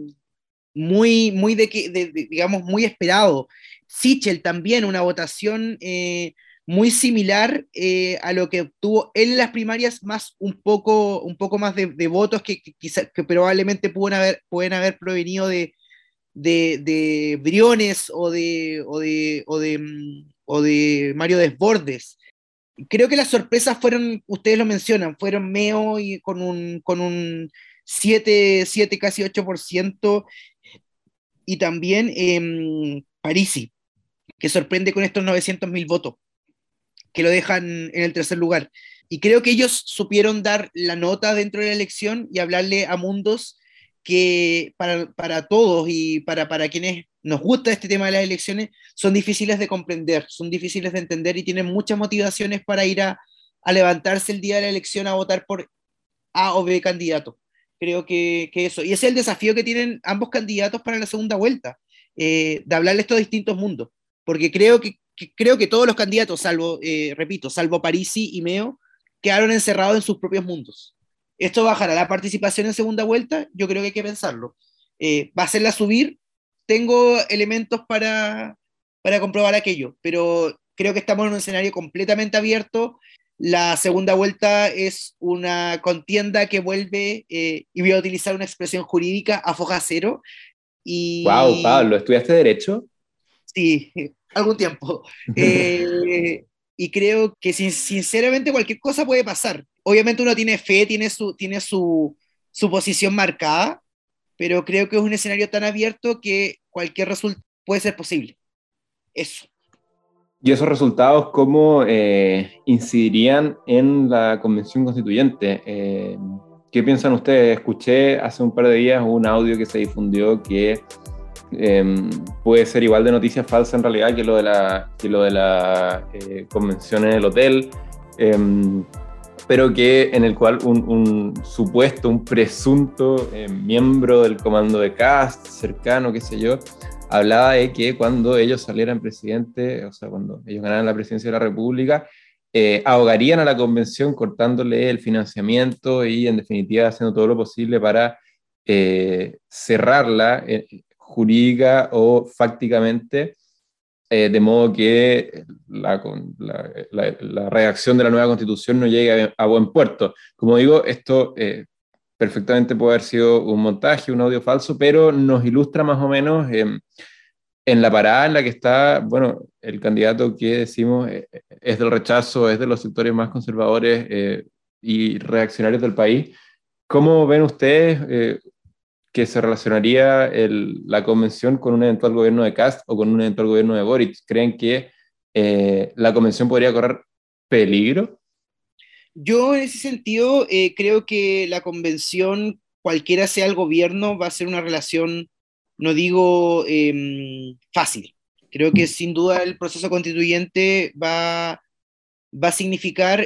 muy, muy de que, de, de, digamos, muy esperado. Sichel también, una votación eh, muy similar eh, a lo que obtuvo él en las primarias, más un poco, un poco más de, de votos que, que, quizá, que probablemente pueden haber, pueden haber provenido de, de, de Briones o de, o de, o de, o de Mario Desbordes. Creo que las sorpresas fueron, ustedes lo mencionan, fueron Meo y con un, con un siete, siete casi ocho por ciento, y también eh, Parisi, que sorprende con estos novecientos mil votos, que lo dejan en el tercer lugar. Y creo que ellos supieron dar la nota dentro de la elección y hablarle a mundos que para, para todos y para, para quienes nos gusta este tema de las elecciones son difíciles de comprender, son difíciles de entender y tienen muchas motivaciones para ir a, a levantarse el día de la elección a votar por A o B candidato. Creo que, que eso. Y ese es el desafío que tienen ambos candidatos para la segunda vuelta, eh, de hablarle a estos distintos mundos. Porque creo que, que, creo que todos los candidatos, salvo, eh, repito, salvo Parisi y Meo, quedaron encerrados en sus propios mundos. ¿Esto bajará la participación en segunda vuelta? Yo creo que hay que pensarlo. Eh, ¿Va a hacerla subir? Tengo elementos para, para comprobar aquello, pero creo que estamos en un escenario completamente abierto. La segunda vuelta es una contienda que vuelve, eh, y voy a utilizar una expresión jurídica, a foja cero. Y... Wow, Pablo, ¿estudiaste Derecho? Sí, algún tiempo. Eh, y creo que sin, sinceramente cualquier cosa puede pasar. Obviamente uno tiene fe, tiene su, tiene su, su posición marcada, pero creo que es un escenario tan abierto que cualquier resultado puede ser posible. Eso. ¿Y esos resultados cómo eh, incidirían en la Convención Constituyente? Eh, ¿Qué piensan ustedes? Escuché hace un par de días un audio que se difundió que eh, puede ser igual de noticia falsa en realidad que lo de la, que lo de la eh, convención en el hotel, eh, pero que en el cual un, un supuesto, un presunto eh, miembro del comando de Kast, cercano, qué sé yo, hablaba de que cuando ellos salieran presidente, o sea, cuando ellos ganaran la presidencia de la República, eh, ahogarían a la convención cortándole el financiamiento y, en definitiva, haciendo todo lo posible para eh, cerrarla eh, jurídica o fácticamente, eh, de modo que la, la, la, la redacción de la nueva Constitución no llegue a, a buen puerto. Como digo, esto... Eh, perfectamente puede haber sido un montaje, un audio falso, pero nos ilustra más o menos eh, en la parada en la que está, bueno, el candidato que decimos eh, es del rechazo, es de los sectores más conservadores eh, y reaccionarios del país. ¿Cómo ven ustedes eh, que se relacionaría el, la convención con un eventual gobierno de Kast o con un eventual gobierno de Boric? ¿Creen que eh, la convención podría correr peligro? Yo en ese sentido eh, creo que la convención cualquiera sea el gobierno, va a ser una relación, no digo eh, fácil. Creo que sin duda el proceso constituyente va, va a significar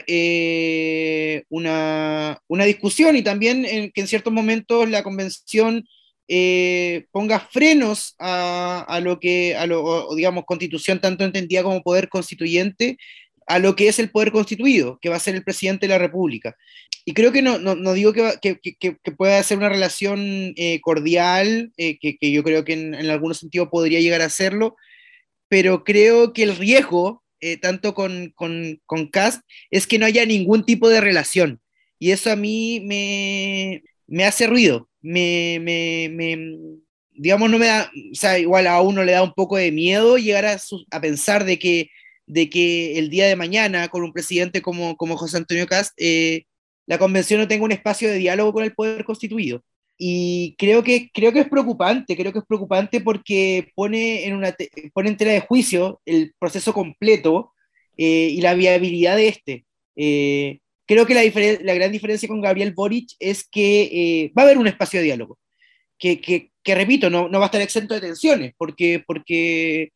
eh, una, una discusión y también en, que en ciertos momentos la convención eh, ponga frenos a, a lo que, a lo, o, digamos, constitución tanto entendida como poder constituyente, a lo que es el poder constituido, que va a ser el presidente de la República. Y creo que no, no, no digo que, que, que, que pueda ser una relación eh, cordial, eh, que, que yo creo que en, en algún sentido podría llegar a serlo, pero creo que el riesgo, eh, tanto con, con, con Kast, es que no haya ningún tipo de relación. Y eso a mí me, me hace ruido. Me, me, me, digamos, no me da, o sea, igual a uno le da un poco de miedo llegar a, su, a pensar de que, de que el día de mañana, con un presidente como, como José Antonio Kast, eh, la convención no tenga un espacio de diálogo con el poder constituido. Y creo que, creo que es preocupante, creo que es preocupante porque pone en, una te, pone en tela de juicio el proceso completo eh, y la viabilidad de este. Eh, creo que la, la gran diferencia con Gabriel Boric es que eh, va a haber un espacio de diálogo, que, que, que repito, no, no va a estar exento de tensiones, porque, porque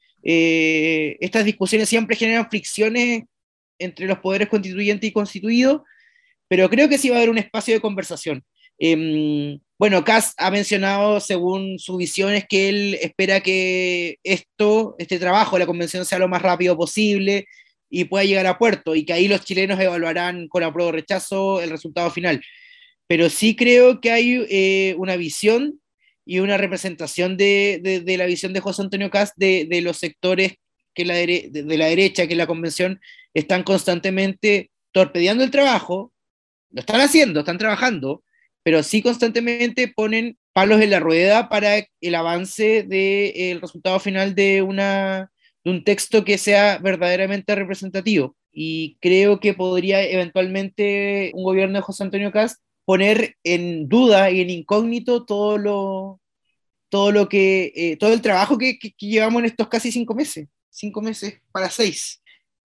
eh, estas discusiones siempre generan fricciones entre los poderes constituyente y constituido, pero creo que sí va a haber un espacio de conversación. Eh, bueno, Kast ha mencionado, según su visión, es que él espera que esto, este trabajo de la convención sea lo más rápido posible y pueda llegar a puerto, y que ahí los chilenos evaluarán con apruebo o rechazo el resultado final. Pero sí creo que hay eh, una visión y una representación de, de, de la visión de José Antonio Kast de, de los sectores que la de, de la derecha, que la convención están constantemente torpedeando el trabajo. Lo están haciendo, están trabajando, pero sí constantemente ponen palos en la rueda para el avance del de, resultado final de, una, de un texto que sea verdaderamente representativo. Y creo que podría eventualmente un gobierno de José Antonio Kast poner en duda y en incógnito todo lo, todo lo que, eh, todo el trabajo que, que, que llevamos en estos casi cinco meses, cinco meses para seis.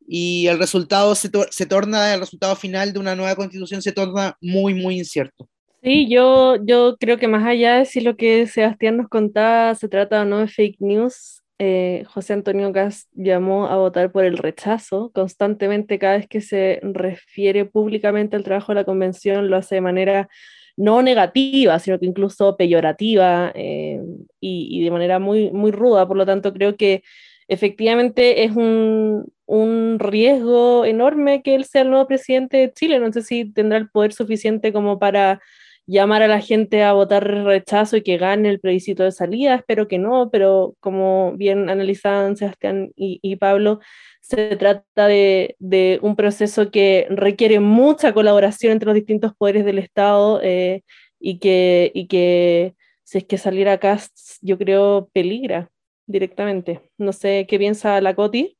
Y el resultado se, to se torna, el resultado final de una nueva constitución se torna muy, muy incierto. Sí, yo, yo creo que más allá de si lo que Sebastián nos contaba se trata o no de fake news, eh, José Antonio Kast llamó a votar por el rechazo constantemente. Cada vez que se refiere públicamente al trabajo de la convención lo hace de manera no negativa, sino que incluso peyorativa eh, y, y de manera muy, muy ruda. Por lo tanto, creo que efectivamente es un, un riesgo enorme que él sea el nuevo presidente de Chile. No sé si tendrá el poder suficiente como para llamar a la gente a votar rechazo y que gane el plebiscito de salida. Espero que no, pero como bien analizaban Sebastián y, y Pablo, se trata de, de un proceso que requiere mucha colaboración entre los distintos poderes del Estado eh, y, que, y que si es que saliera Kast, yo creo, peligra directamente. No sé qué piensa la Coti.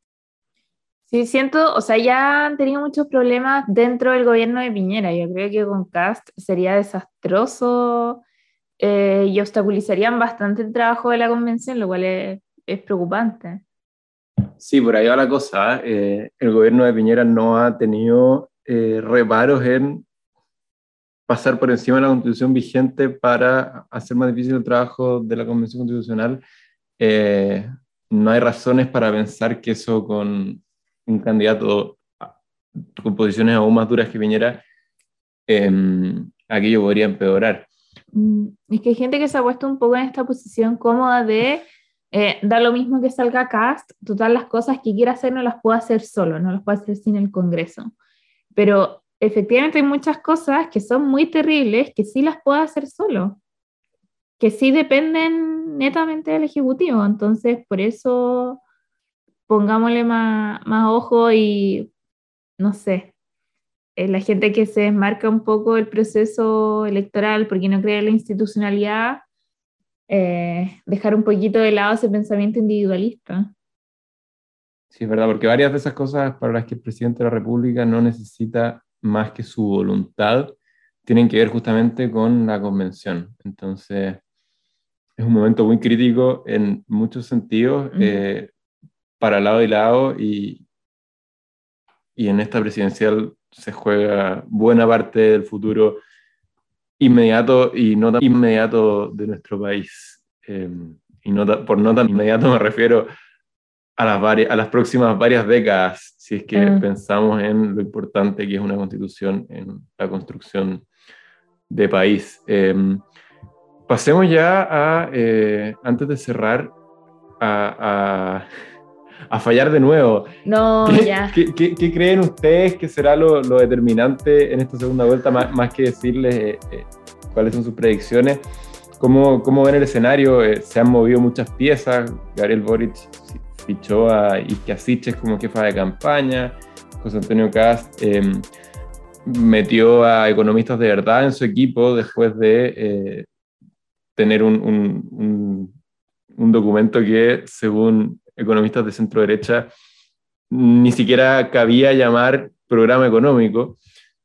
Sí, siento, o sea, ya han tenido muchos problemas dentro del gobierno de Piñera. Yo creo que con Kast sería desastroso eh, y obstaculizarían bastante el trabajo de la convención, lo cual es, es preocupante. Sí, por ahí va la cosa. Eh, el gobierno de Piñera no ha tenido eh, reparos en pasar por encima de la Constitución vigente para hacer más difícil el trabajo de la Convención Constitucional. Eh, no hay razones para pensar que eso con un candidato con posiciones aún más duras que Piñera, eh, aquello podría empeorar. Es que hay gente que se ha puesto un poco en esta posición cómoda de eh, da lo mismo que salga Kast, total las cosas que quiera hacer no las puede hacer solo, no las puede hacer sin el Congreso. Pero efectivamente hay muchas cosas que son muy terribles que sí las puede hacer solo, que sí dependen netamente del Ejecutivo. Entonces, por eso pongámosle más, más ojo y no sé, eh, la gente que se desmarca un poco del proceso electoral porque no cree en la institucionalidad, eh, dejar un poquito de lado ese pensamiento individualista. Sí, es verdad, porque varias de esas cosas para las que el presidente de la República no necesita más que su voluntad tienen que ver justamente con la convención. Entonces, es un momento muy crítico en muchos sentidos, uh-huh. eh, para lado y lado, y, y en esta presidencial se juega buena parte del futuro inmediato y no tan inmediato de nuestro país. Eh, y no ta- por no tan inmediato me refiero a las, vari- a las próximas varias décadas, si es que Mm. pensamos en lo importante que es una constitución en la construcción de país. Eh, pasemos ya a, eh, antes de cerrar, a, a, a fallar de nuevo. No, ¿Qué, ya. qué, qué, qué creen ustedes que será lo, lo determinante en esta segunda vuelta, más, más que decirles eh, eh, cuáles son sus predicciones? ¿Cómo, cómo ven el escenario? Eh, se han movido muchas piezas. Gabriel Boric fichó a Iske Asiches como jefa de campaña. José Antonio Kast eh, metió a economistas de verdad en su equipo después de eh, tener un, un, un, un documento que, según economistas de centro derecha, ni siquiera cabía llamar programa económico.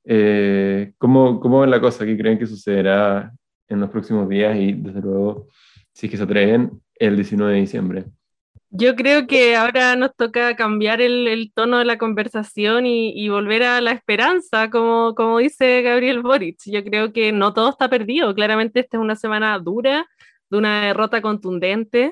Eh, ¿cómo, ¿Cómo ven la cosa? ¿Qué creen que sucederá en los próximos días y, desde luego, si es que se atreven, el diecinueve de diciembre? Yo creo que ahora nos toca cambiar el, el tono de la conversación y, y volver a la esperanza, como, como dice Gabriel Boric. Yo creo que no todo está perdido. Claramente esta es una semana dura, de una derrota contundente,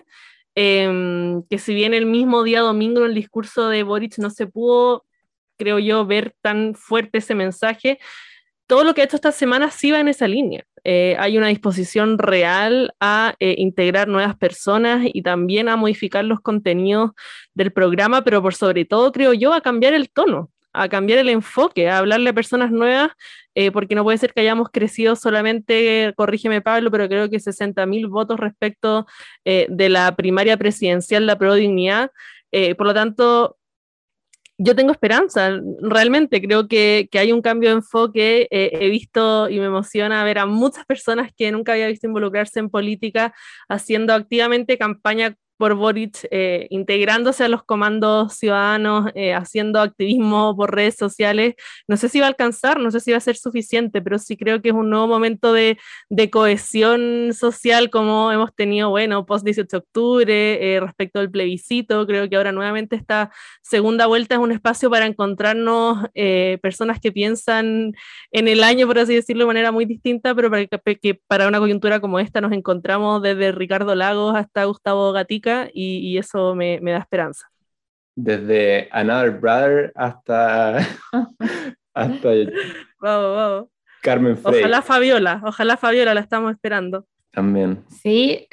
eh, que si bien el mismo día domingo en el discurso de Boric no se pudo, creo yo, ver tan fuerte ese mensaje, todo lo que ha hecho esta semana sí va en esa línea. Eh, hay una disposición real a eh, integrar nuevas personas y también a modificar los contenidos del programa, pero por sobre todo, creo yo, a cambiar el tono, a cambiar el enfoque, a hablarle a personas nuevas, eh, porque no puede ser que hayamos crecido solamente, corrígeme Pablo, pero creo que sesenta mil votos respecto eh, de la primaria presidencial, la Pro Dignidad. Eh, por lo tanto, yo tengo esperanza, realmente creo que, que hay un cambio de enfoque. Eh, he visto y me emociona ver a muchas personas que nunca había visto involucrarse en política haciendo activamente campaña por Boric, eh, integrándose a los comandos ciudadanos, eh, haciendo activismo por redes sociales. No sé si va a alcanzar, no sé si va a ser suficiente, pero sí creo que es un nuevo momento de, de cohesión social como hemos tenido, bueno, post dieciocho de octubre, eh, respecto al plebiscito. Creo que ahora nuevamente esta segunda vuelta es un espacio para encontrarnos eh, personas que piensan en el año, por así decirlo, de manera muy distinta, pero para que, que para una coyuntura como esta nos encontramos desde Ricardo Lagos hasta Gustavo Gatica, y, y eso me, me da esperanza. Desde Another Brother hasta, hasta Vamos, vamos. Carmen Frey. Ojalá Fabiola, ojalá Fabiola, la estamos esperando. También. Sí,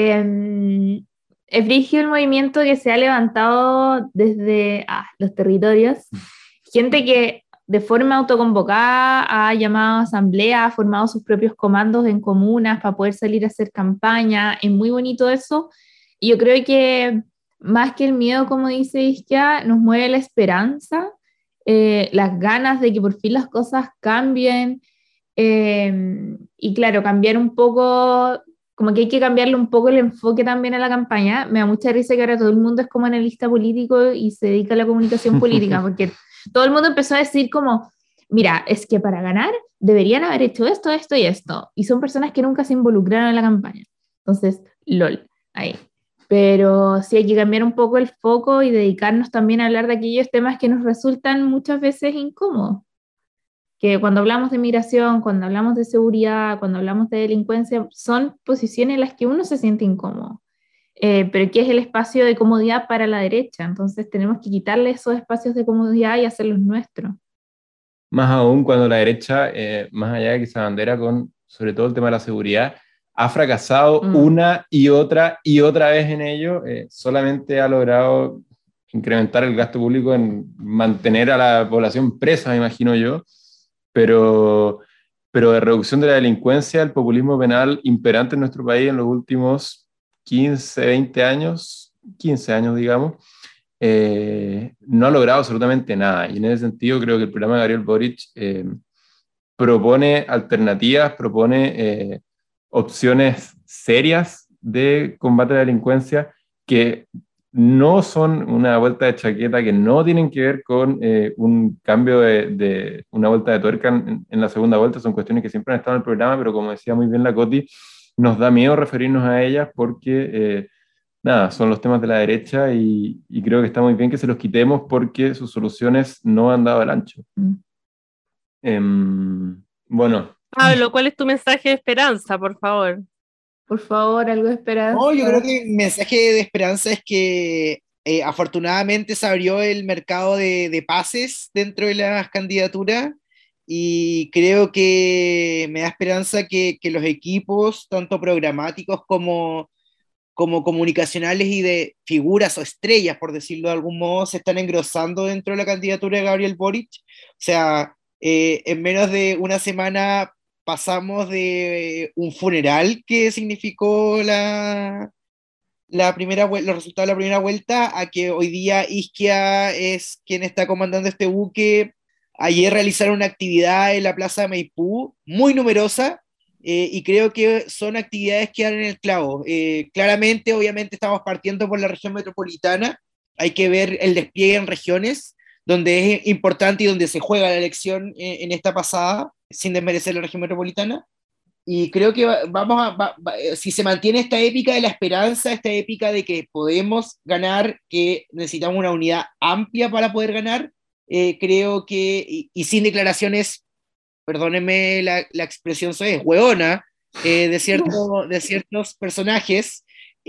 eh, es brígido el movimiento que se ha levantado desde ah, los territorios. Gente que de forma autoconvocada ha llamado a asamblea, ha formado sus propios comandos en comunas para poder salir a hacer campaña. Es muy bonito eso. Y yo creo que más que el miedo, como dice Isquia, nos mueve la esperanza, eh, las ganas de que por fin las cosas cambien. Eh, y claro, cambiar un poco, como que hay que cambiarle un poco el enfoque también a la campaña. Me da mucha risa que ahora todo el mundo es como analista político y se dedica a la comunicación política, porque todo el mundo empezó a decir como, mira, es que para ganar deberían haber hecho esto, esto y esto. Y son personas que nunca se involucraron en la campaña. Entonces, lol, ahí. Pero sí hay que cambiar un poco el foco y dedicarnos también a hablar de aquellos temas que nos resultan muchas veces incómodos. Que cuando hablamos de migración, cuando hablamos de seguridad, cuando hablamos de delincuencia, son posiciones en las que uno se siente incómodo, eh, pero que es el espacio de comodidad para la derecha. Entonces tenemos que quitarle esos espacios de comodidad y hacerlos nuestros. Más aún cuando la derecha, eh, más allá de que se abandera con, sobre todo el tema de la seguridad, ha fracasado mm. una y otra y otra vez en ello, eh, solamente ha logrado incrementar el gasto público en mantener a la población presa, me imagino yo, pero, pero de reducción de la delincuencia, el populismo penal imperante en nuestro país en los últimos quince, veinte años, quince años digamos, eh, no ha logrado absolutamente nada. Y en ese sentido creo que el programa de Gabriel Boric eh, propone alternativas, propone eh, opciones serias de combate a la delincuencia que no son una vuelta de chaqueta, que no tienen que ver con eh, un cambio de, de una vuelta de tuerca en, en la segunda vuelta. Son cuestiones que siempre han estado en el programa, pero como decía muy bien la Coti, nos da miedo referirnos a ellas porque, eh, nada, son los temas de la derecha y, y creo que está muy bien que se los quitemos porque sus soluciones no han dado el ancho. Mm. Eh, bueno, Pablo, ¿cuál es tu mensaje de esperanza, por favor? Por favor, algo de esperanza. No, yo creo que mi mensaje de esperanza es que eh, afortunadamente se abrió el mercado de, de pases dentro de las candidaturas y creo que me da esperanza que, que los equipos, tanto programáticos como, como comunicacionales y de figuras o estrellas, por decirlo de algún modo, se están engrosando dentro de la candidatura de Gabriel Boric. O sea, eh, en menos de una semana pasamos de un funeral que significó la, la primera, los resultados de la primera vuelta a que hoy día Izquierda es quien está comandando este buque. Ayer realizaron una actividad en la Plaza de Maipú, muy numerosa, eh, y creo que son actividades que dan en el clavo. Eh, claramente, obviamente, estamos partiendo por la región metropolitana, hay que ver el despliegue en regiones, donde es importante y donde se juega la elección en, en esta pasada, sin desmerecer la región metropolitana, y creo que vamos a, va, va, si se mantiene esta épica de la esperanza, esta épica de que podemos ganar, que necesitamos una unidad amplia para poder ganar, eh, creo que, y, y sin declaraciones, perdónenme la, la expresión, soy hueona, eh, de, cierto, de ciertos personajes,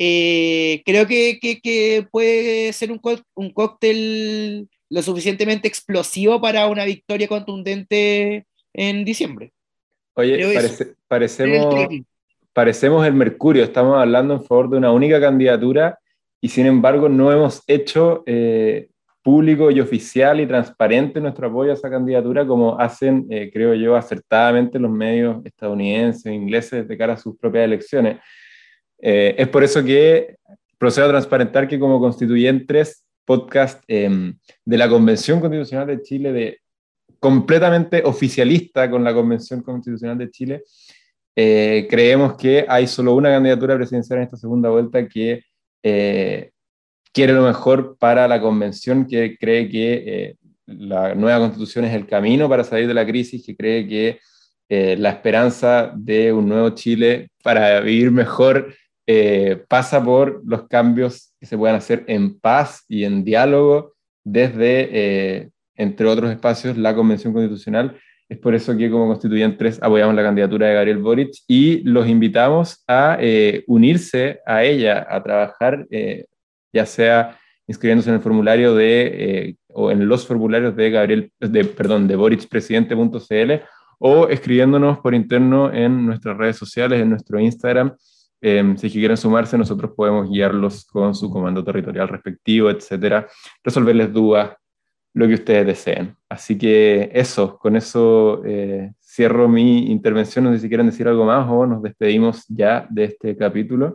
eh, creo que, que, que puede ser un, un cóctel lo suficientemente explosivo para una victoria contundente en diciembre. Oye, parece, parecemos, parecemos el Mercurio, estamos hablando en favor de una única candidatura y sin embargo no hemos hecho eh, público y oficial y transparente nuestro apoyo a esa candidatura como hacen, eh, creo yo, acertadamente los medios estadounidenses e ingleses de cara a sus propias elecciones. Eh, es por eso que procedo a transparentar que como Constituyentes, podcast eh, de la Convención Constitucional de Chile, de completamente oficialista con la Convención Constitucional de Chile, eh, creemos que hay solo una candidatura presidencial en esta segunda vuelta que eh, quiere lo mejor para la Convención, que cree que eh, la nueva Constitución es el camino para salir de la crisis, que cree que eh, la esperanza de un nuevo Chile para vivir mejor eh, pasa por los cambios que se puedan hacer en paz y en diálogo desde... Eh, entre otros espacios, la Convención Constitucional. Es por eso que como Constituyentes apoyamos la candidatura de Gabriel Boric y los invitamos a eh, unirse a ella, a trabajar, eh, ya sea inscribiéndose en el formulario de, eh, o en los formularios de Gabriel, de, perdón, de boricpresidente punto c l o escribiéndonos por interno en nuestras redes sociales, en nuestro Instagram. Eh, si quieren sumarse, nosotros podemos guiarlos con su comando territorial respectivo, etcétera, resolverles dudas, lo que ustedes deseen. Así que eso, con eso eh, cierro mi intervención. No sé si quieren decir algo más o nos despedimos ya de este capítulo.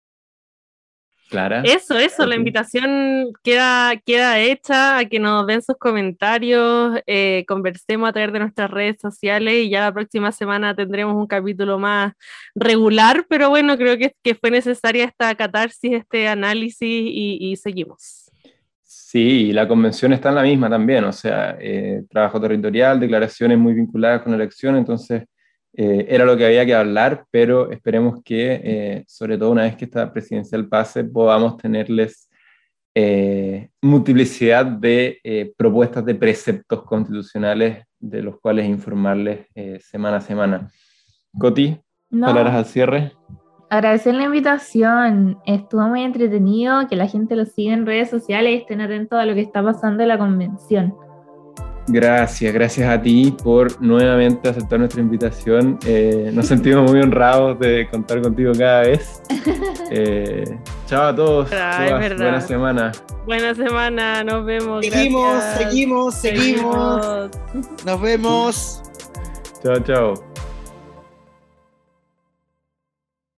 Clara. Eso, eso, la invitación queda, queda hecha a que nos den sus comentarios, eh, conversemos a través de nuestras redes sociales y ya la próxima semana tendremos un capítulo más regular, pero bueno, creo que, que fue necesaria esta catarsis, este análisis y, y seguimos. Sí, la convención está en la misma también, o sea, eh, trabajo territorial, declaraciones muy vinculadas con la elección, entonces eh, era lo que había que hablar, pero esperemos que, eh, sobre todo una vez que esta presidencial pase, podamos tenerles eh, multiplicidad de eh, propuestas de preceptos constitucionales de los cuales informarles eh, semana a semana. Coti, no. Palabras al cierre. Agradecer la invitación, estuvo muy entretenido, que la gente lo siga en redes sociales y estén atentos a lo que está pasando en la convención. Gracias, gracias a ti por nuevamente aceptar nuestra invitación. Eh, nos sentimos muy honrados de contar contigo cada vez. Eh, chao a todos, Ay, todas, buena semana. Buena semana, nos vemos. Seguimos, gracias. seguimos, seguimos, seguimos. Nos vemos. Chao, chao.